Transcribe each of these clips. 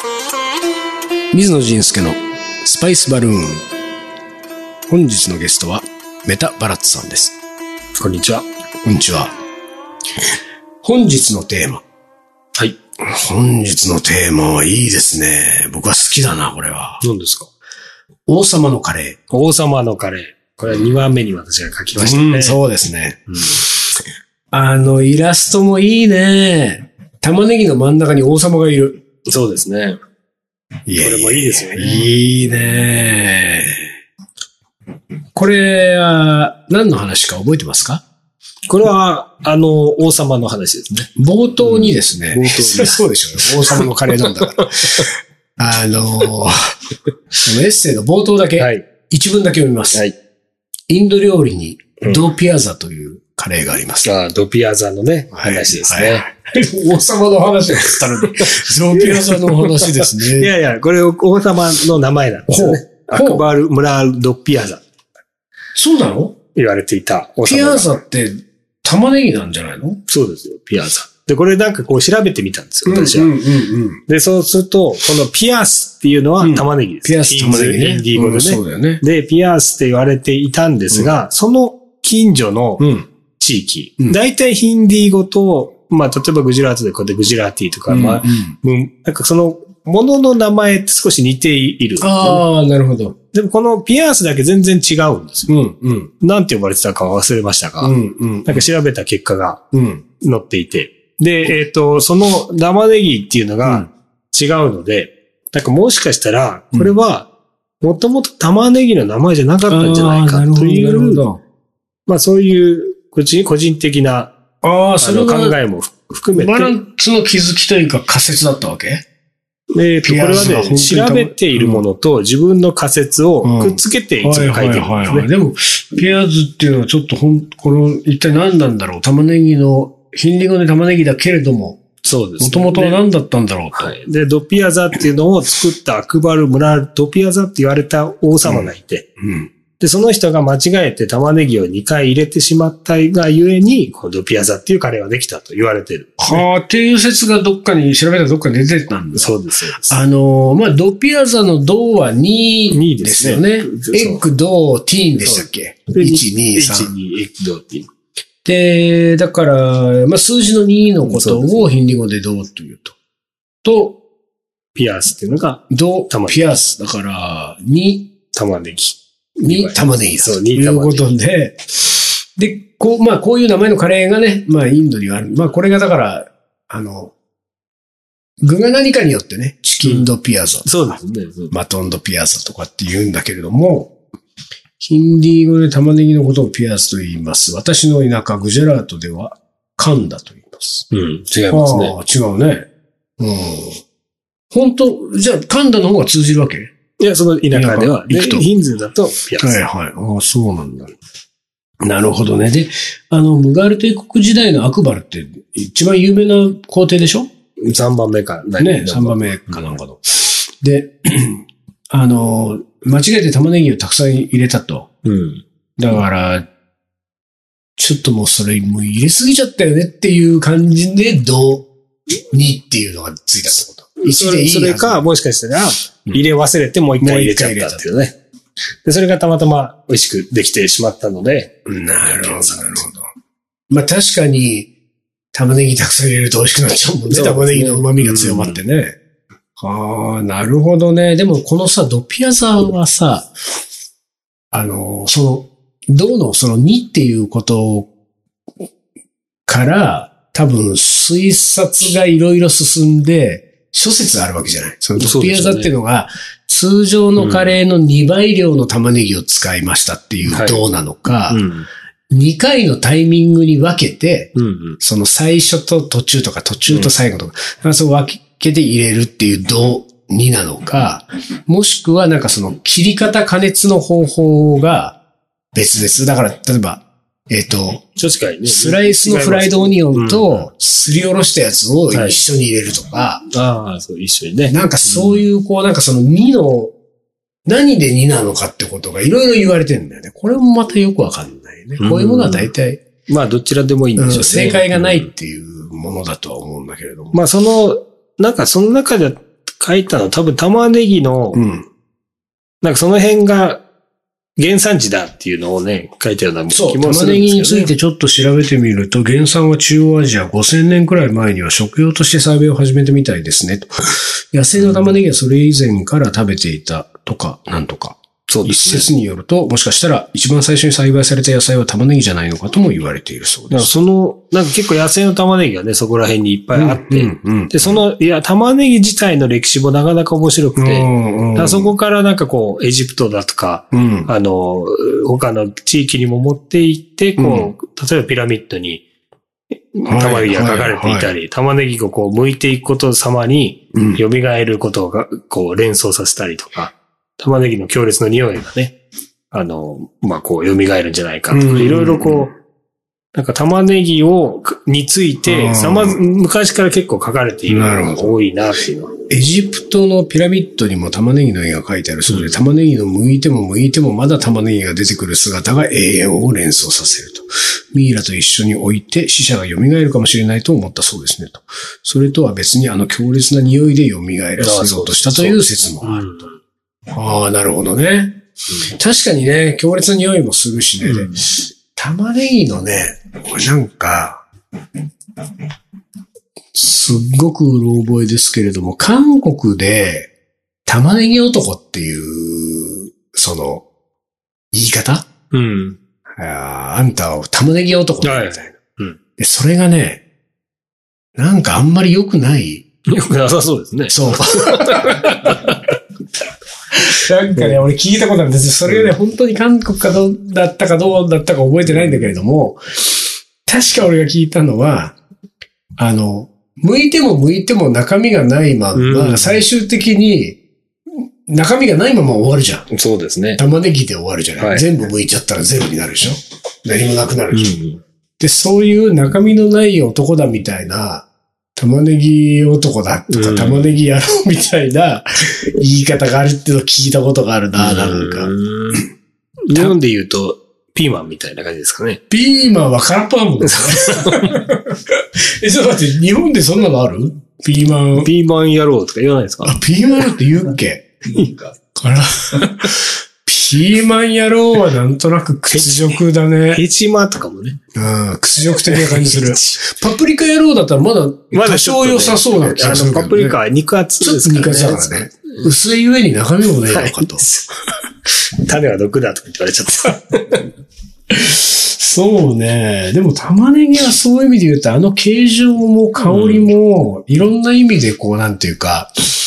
水野仁介のスパイスバルーン。本日のゲストはメタバラッツさんです。 こんにちは。 こんにちは。本日のテーマ。 はい。 本日のテーマはいいですね。僕は好きだな、これは。 何ですか？ 王様のカレー。 王様のカレー。これは2番目に私が書きましたね。 そうですね。イラストもいいね。玉ねぎの真ん中に王様がいる。 そうですね。 いやいや、 これもいいですよね。 いいね。これは何の話か覚えてますか？ これは、王様の話ですね。 冒頭にですね。 冒頭にそうでしょうね。王様のカレーなんだから。エッセイの冒頭だけ、 はい。 一文だけ読みます。 はい。 インド料理にドピアザというカレーがあります。 ドピアザのね、話ですね。 はいはい王様の話だったのに、ドピアザの話ですね。 いやいや、これ王様の名前なんですよね。アクバル・ムラール・ドピアザ。 そうなの？ 言われていた王様。 ピアザって玉ねぎなんじゃないの？ そうですよ、ピアザ。で、これなんかこう調べてみたんですよ、私は。で、そうすると、このピアスっていうのは玉ねぎです。 ピアス玉ねぎね。 ヒンディー語でね。 そうだよね。 で、ピアスって言われていたんですが、その近所の地域、大体ヒンディー語と、まあ、例えばグジャラートでこうやってグジラーティとか、まあ、なんかその、ものの名前って少し似ている。 ああ、なるほど。 でもこのピアースだけ全然違うんですよ。なんて呼ばれてたか忘れましたが、なんか調べた結果が載っていて。で、その玉ねぎっていうのが違うので、なんかもしかしたら、これは、もともと玉ねぎの名前じゃなかったんじゃないかという、まあそういう個人的な考えも含めて。 バランスの気づきというか仮説だったわけ？ これはね、調べているものと自分の仮説をくっつけていつも書いてるんですね。 でも、ピアーズっていうのはちょっとこの一体何なんだろう？玉ねぎの、ヒンディー語で玉ねぎだけれども、 そうですね。 もともとは何だったんだろうと。 はい。で、ドピアザっていうのを作ったアクバル・ムラール・ドピアザって言われた王様がいて、で、その人が間違えて玉ねぎを2回入れてしまったがゆえに、このドピアザっていうカレーができたと言われてる。 はあ、っていう説がどっかに、調べたらどっかに出てたんだ。 そうです。 まあ、ドピアザの銅は2ですよね。エッグ、銅、ティーンでしたっけ？ 1、2、3。 1、2、エッグ、銅、ティーン。 で、だから、まあ、数字の2のことをヒンディー語で銅というと。と、 ピアスっていうのが、 銅、ピアス。だから、2、 玉ねぎ。 2玉ねぎだ。 そう、 ということで、で、こういう名前のカレーがね、まあ、インドにはある。まあ、これがだから、具が何かによってね、チキンドピアザ。 そうですね。 マトンドピアザとかって言うんだけれども、ヒンディー語で玉ねぎのことをピアスと言います。私の田舎、グジャラートでは、カンダと言います。 違いますね。 違うね。本当じゃあ、カンダの方が通じるわけ？ いや、その田舎では、ヒンズーだとピアス。 ああ、そうなんだ。なるほどね。で、ムガール帝国時代のアクバルって一番有名な皇帝でしょ ？3番目か。 ね、3番目かなんかの。で、間違えて玉ねぎをたくさん入れたと。だから、ちょっともうそれもう入れすぎちゃったよねっていう感じで、銅2っていうのがついたってこと。1でいいそれか、もしかしたら、入れ忘れてもう一回入れちゃったっていうね。で、それがたまたま美味しくできてしまったので。 なるほど、なるほど。まあ確かに、玉ねぎたくさん入れると美味しくなっちゃうもんね。玉ねぎの旨味が強まってね。ああ、なるほどね。でもこのさ、ドピアザはさ、銅のその2っていうことから、多分推察がいろいろ進んで、諸説あるわけじゃない。そのドピアザっていうのが、通常のカレーの2倍量の玉ねぎを使いましたっていう銅なのか、2回のタイミングに分けて、その最初と途中とか途中と最後とか、そう分けて入れるっていう銅2なのか、もしくはなんかその切り方加熱の方法が別々。だから、例えば、スライスのフライドオニオンとすりおろしたやつを一緒に入れるとか。 ああ、そう、一緒にね。 なんかそういう、なんかその2の、何で2なのかってことがいろいろ言われてるんだよね。これもまたよくわかんないね。こういうものは大体。 まあ、どちらでもいいんでしょうね。 正解がないっていうものだとは思うんだけれども。 まあ、なんかその中で書いたの多分玉ねぎの、なんかその辺が原産地だっていうのをね、書いたような気もするんですよね。 玉ねぎについてちょっと調べてみると、原産は中央アジア5000年くらい前には食用として栽培を始めてみたいですねと。野生の玉ねぎはそれ以前から食べていたとか、なんとか。 そうですね。 一説によると、もしかしたら一番最初に栽培された野菜は玉ねぎじゃないのかとも言われているそうです。 なんか結構野生の玉ねぎがね、そこら辺にいっぱいあって、で、玉ねぎ自体の歴史もなかなか面白くて、そこからなんかこう、エジプトだとか、他の地域にも持って行って、こう、例えばピラミッドに玉ねぎが書かれていたり、玉ねぎをこう、剥いていくこと様に、蘇ることが、こう、連想させたりとか、玉ねぎの強烈な匂いがね、まあ、こう、蘇るんじゃないかとか、いろいろこう、なんか玉ねぎについて、昔から結構書かれているのが多いなっていうのは。 エジプトのピラミッドにも玉ねぎの絵が描いてあるそうで、玉ねぎの剥いてもまだ玉ねぎが出てくる姿が永遠を連想させると。ミイラと一緒に置いて死者が蘇るかもしれないと思ったそうですねと。それとは別に強烈な匂いで蘇らせようとしたという説もあると。ああ、なるほどね。確かにね、強烈な匂いもするしね。玉ねぎのね、なんか、すっごくうろ覚えですけれども、韓国で玉ねぎ男っていう、言い方？あんたは玉ねぎ男だみたいな。で、それがね、なんかあんまり良くない。 良くなさそうですね。 そう。なんかね、俺聞いたことあるんです。それがね、本当に韓国かどうだったか覚えてないんだけれども、確か俺が聞いたのは、剥いても中身がないまま、最終的に中身がないまま終わるじゃん。 そうですね。 玉ねぎで終わるじゃない。全部剥いちゃったらゼロになるでしょ。何もなくなるでしょ。で、そういう中身のない男だみたいな、玉ねぎ男だとか、玉ねぎ野郎みたいな言い方があるっていうのを聞いたことがあるな、なんか。 日本で言うと、ピーマンみたいな感じですかね。 ピーマンは空っぽだもんね。ちょっと待って、日本でそんなのある？ピーマン野郎とか言わないですか？ ピーマン野郎って言うっけ？ピーマン野郎はなんとなく屈辱だね。 ヘチマとかもね。 屈辱的な感じする。パプリカ野郎だったらまだ多少良さそうな気がするけどね。 パプリカは肉厚ですからね。 ちょっと肉厚だからね。薄い上に中身もないのかと。 種は毒だとか言われちゃった。 そうね。でも玉ねぎはそういう意味で言うと、形状も香りも、いろんな意味でこう、なんていうか、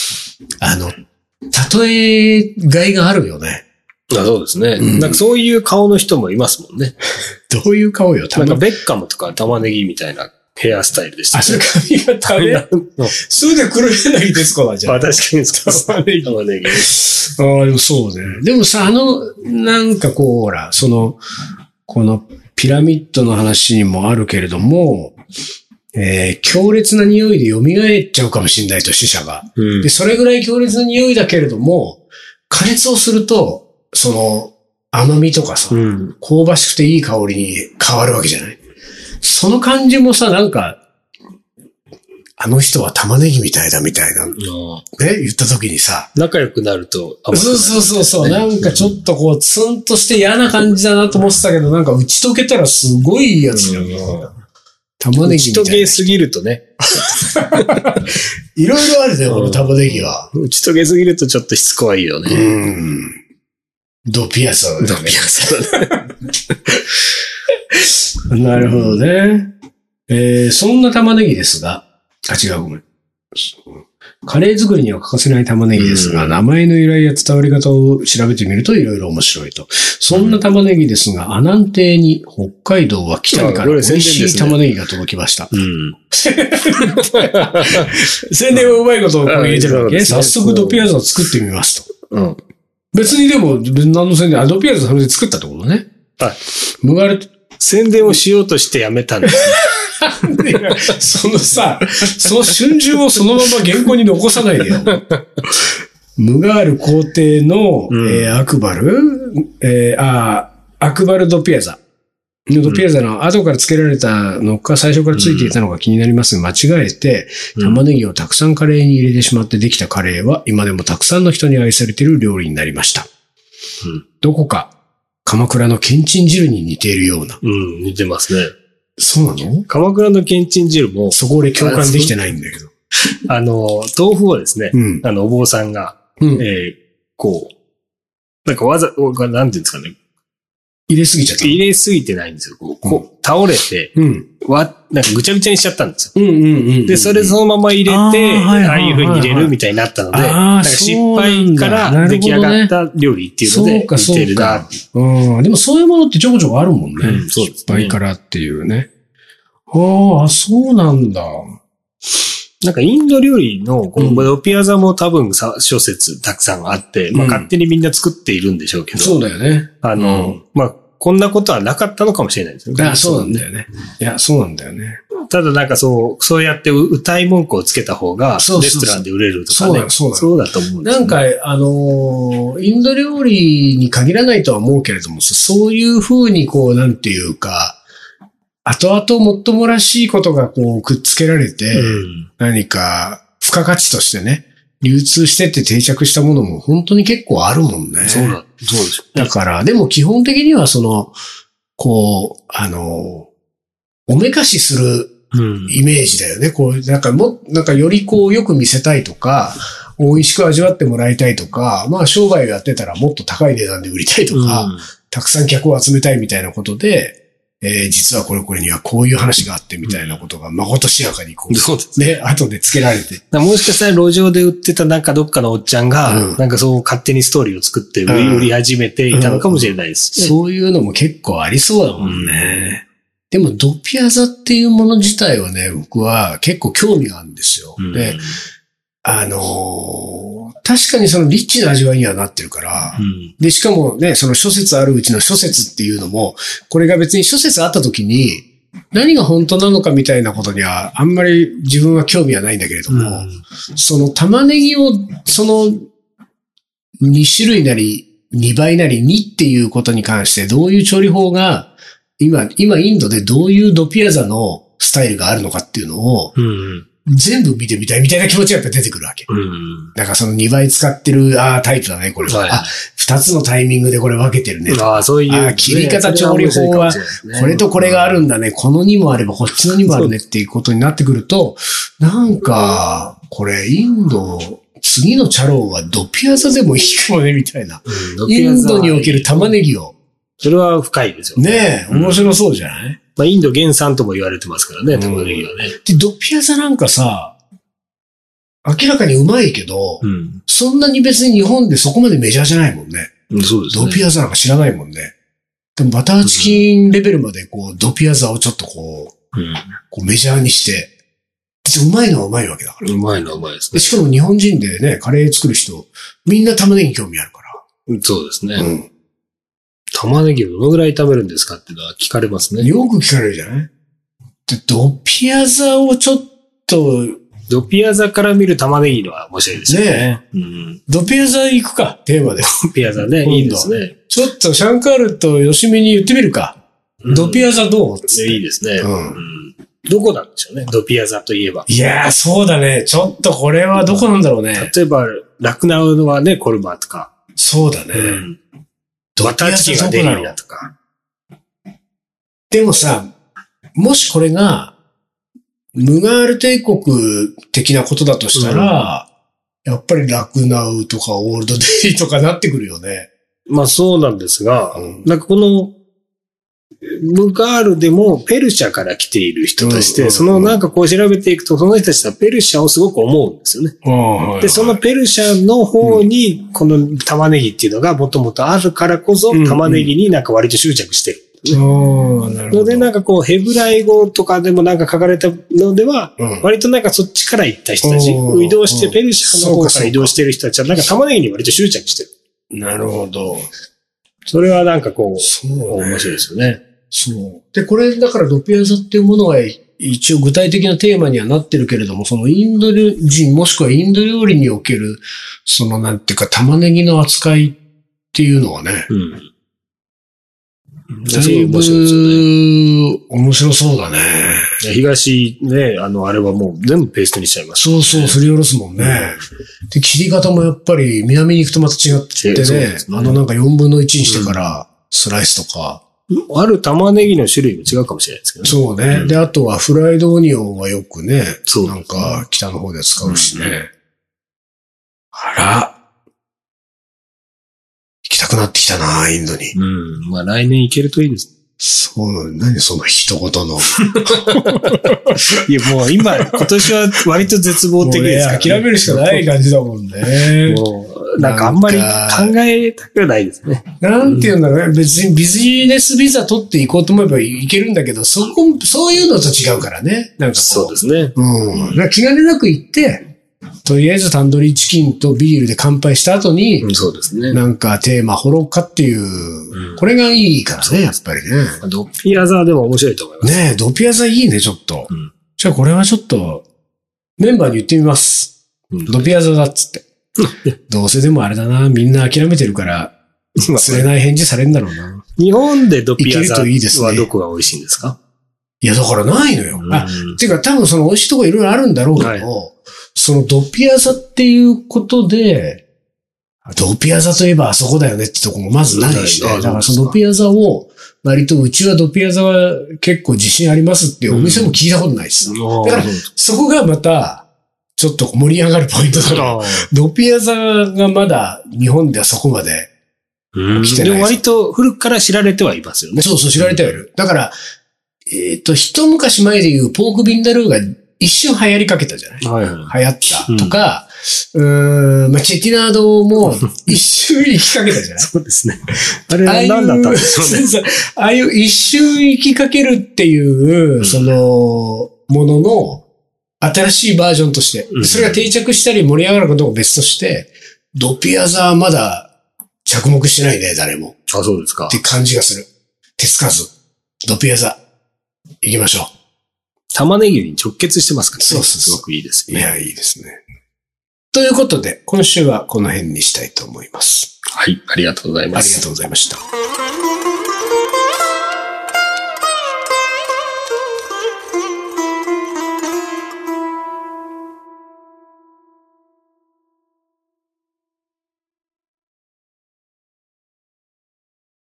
例えがいがあるよね。 そうですね。なんかそういう顔の人もいますもんね。 どういう顔よ、 なんかベッカムとか玉ねぎみたいなヘアスタイルでした、ね。 それ髪型ね。それで黒柳徹子なんじゃん。 確かに玉ねぎ。 でもそうね。でもさ、なんかこう、ほら、このピラミッドの話にもあるけれども、強烈な匂いで蘇っちゃうかもしれないと、死者が。で、それぐらい強烈な匂いだけれども、加熱をすると、甘みとかさ、香ばしくていい香りに変わるわけじゃない？その感じもさ、なんか、あの人は玉ねぎみたいだみたいな、ね、言った時にさ。 仲良くなると甘くなる、 そう。なんかちょっとこう、ツンとして嫌な感じだなと思ってたけど、なんか打ち解けたらすごいいいやつだよ。玉ねぎみたいな。 打ち解けすぎるとね。 いろいろあるね、この玉ねぎは。 打ち解けすぎるとちょっとしつこいよね。 ドピアサーだね。 ドピアサーだね。なるほどね。そんな玉ねぎですが、違う、ごめん。カレー作りには欠かせない玉ねぎですが、名前の由来や伝わり方を調べてみるといろいろ面白いと。そんな玉ねぎですが、阿南亭に北海道は北見から美味しい玉ねぎが届きました。宣伝はうまいことを入れてるわけ。早速ドピアーズを作ってみますと。別にでも、何の宣伝、ドピアーズそれで作ったってことね。 はい。 宣伝をしようとしてやめたんですね。その春秋をそのまま原稿に残さないでよ。ムガール皇帝の、アクバルドピアザドピアザの後から付けられたのか、最初から付いていたのか気になりますが、間違えて、玉ねぎをたくさんカレーに入れてしまってできたカレーは、今でもたくさんの人に愛されている料理になりました。どこか、鎌倉のけんちん汁に似ているような。 似てますね。 そうなの？ 鎌倉のけんちん汁も。 そこ俺共感できてないんだけど。 豆腐をですね、お坊さんが、こう、なんかなんていうんですかね。 入れすぎちゃった。 入れすぎてないんですよ。倒れて、なんかぐちゃぐちゃにしちゃったんですよ。で、それそのまま入れて、ああいう風に入れるみたいになったので、なんか失敗から出来上がった料理っていうので、似てるな。 でもそういうものってちょこちょこあるもんね。失敗からっていうね。ああ、そうなんだ。 なんかインド料理のこのドピアザも多分諸説たくさんあって、勝手にみんな作っているんでしょうけど。 そうだよね。 こんなことはなかったのかもしれないですね。 そうなんだよね。いや、そうなんだよね。 ただなんかそうやって歌い文句をつけた方が、レストランで売れるとかね。そうだと思うんです。 なんか、インド料理に限らないとは思うけれども、そういう風になんていうか、後々もっともらしいことがくっつけられて、何か付加価値としてね、流通してって定着したものも本当に結構あるもんね。 そうです。 だから、でも基本的にはおめかしするイメージだよね。なんかよりよく見せたいとか、美味しく味わってもらいたいとか、商売をやってたらもっと高い値段で売りたいとか、たくさん客を集めたいみたいなことで、実はこれにはこういう話があってみたいなことがまことしやかにね、後で付けられて。 もしかしたら路上で売ってたなんかどっかのおっちゃんが、なんか勝手にストーリーを作って売り始めていたのかもしれないです。 そういうのも結構ありそうだもんね。でもドピアザっていうもの自体はね、僕は結構興味があるんですよ。で、確かにリッチな味わいにはなってるから、で、しかもね、諸説あるうちの諸説っていうのも、これが別に諸説あった時に、何が本当なのかみたいなことには、あんまり自分は興味はないんだけれども、玉ねぎを、2種類なり、2倍なり2っていうことに関して、どういう調理法が、今インドでどういうドピアザのスタイルがあるのかっていうのを、全部見てみたいみたいな気持ちがやっぱ出てくるわけ。だから2倍使ってる、タイプだね、これは。2つのタイミングでこれ分けてるね。 そういう。 切り方調理法は、これとこれがあるんだね。この2もあればこっちの2もあるねっていうことになってくると、なんか、これインド、次のチャローはドピアザでもいいかもね、みたいな。インドにおける玉ねぎを。 それは深いですよね。ねえ、面白そうじゃない？ インド原産とも言われてますからね、玉ねぎはね。 で、ドピアザなんかさ、明らかにうまいけど、そんなに別に日本でそこまでメジャーじゃないもんね。 そうですね。 ドピアザなんか知らないもんね。でもバターチキンレベルまでドピアザをちょっとメジャーにして、うまいのはうまいわけだから。 うまいのはうまいですね。 しかも日本人でね、カレー作る人、みんな玉ねぎ興味あるから。 そうですね。玉ねぎをどのぐらい食べるんですかっていうのは聞かれますね。 よく聞かれるじゃない？で、ドピアザをちょっと、 ドピアザから見る玉ねぎのは面白いですよね。 ドピアザ行くか、テーマで。 ドピアザね、いいですね。 ちょっとシャンカールとヨシミに言ってみるか。ドピアザどう？ いいですね。どこなんでしょうね、ドピアザといえば。 いやー、そうだね。ちょっとこれはどこなんだろうね。 例えば、ラクナウはね、コルマとか。 そうだね。 バターチキンがデリーだとか。 でもさ、もしこれが、ムガール帝国的なことだとしたら、やっぱりラクナウとかオールドデリーとかなってくるよね。 そうなんですが、なんかこの、ムガールでもペルシャから来ている人として、なんか調べていくと、その人たちはペルシャをすごく思うんですよね。で、そのペルシャの方に、この玉ねぎっていうのがもともとあるからこそ、玉ねぎになんか割と執着してる。ので、なんかヘブライ語とかでもなんか書かれたのでは、割となんかそっちから行った人たち、移動して、ペルシャの方から移動してる人たちは、なんか玉ねぎに割と執着してる。 なるほど。 それはなんか面白いですよね。 そう。で、これだからドピアザっていうものは一応具体的なテーマにはなってるけれども、インド人もしくはインド料理における、なんていうか玉ねぎの扱いっていうのはね、 だいぶ面白そうだね。 東ね、あれはもう全部ペーストにしちゃいます、 ね。そうそう、すりおろすもんね。で、切り方もやっぱり南に行くとまた違ってね、なんか4分の1にしてからスライスとか。 ある玉ねぎの種類も違うかもしれないですけどね。 そうね。で、あとはフライドオニオンはよくね、なんか北の方で使うしね。あら。行きたくなってきたな、インドに。 まあ来年行けるといいです。 そう、何その一言の。 いや、もう今年は割と絶望的ですから、 ね。諦めるしかない感じだもんね。 もう、なんかあんまり考えたくないですね。 なんて言うんだろうね。別にビジネスビザ取っていこうと思えばいけるんだけど、そういうのと違うからね。なんかそうですね。 だから気兼ねなく行って、とりあえずタンドリーチキンとビールで乾杯した後に、 そうですね。 なんかテーマ掘ろうかっていう、これがいいからね、やっぱりね。 ドピアザでも面白いと思います。 ねえ、ドピアザいいね、ちょっと。じゃあこれはちょっと、メンバーに言ってみます。ドピアザだっつって。どうせでもあれだな、みんな諦めてるから、釣れない返事されるんだろうな。 日本でドピアザはどこが美味しいんですか？ いや、だからないのよ。ていうか多分その美味しいとこいろいろあるんだろうけど、そのドピアザっていうことで、ドピアザといえばあそこだよねってとこもまずないしね。だからそのドピアザを、割とうちはドピアザは結構自信ありますっていうお店も聞いたことないしさ。だからそこがまた、ちょっと盛り上がるポイントだな。ドピアザがまだ日本ではそこまで来てない。でも割と古くから知られてはいますよね。 そうそう、知られてはいる。だから、一昔前でいうポークビンダルーが一瞬流行りかけたじゃない？流行ったとか、まあ、チェティナードも一瞬行きかけたじゃない？ そうですね。あれは何だったんでしょうね。 ああいう一瞬行きかけるっていう、その、ものの新しいバージョンとして、それが定着したり盛り上がることも別として、ドピアザはまだ着目してないね、誰も。 あ、そうですか。 って感じがする。手つかず。ドピアザ。行きましょう。 玉ねぎに直結してますからね。 そうそう。 すごくいいですね。 いや、いいですね。ということで、今週はこの辺にしたいと思います。 はい、ありがとうございます。 ありがとうございました。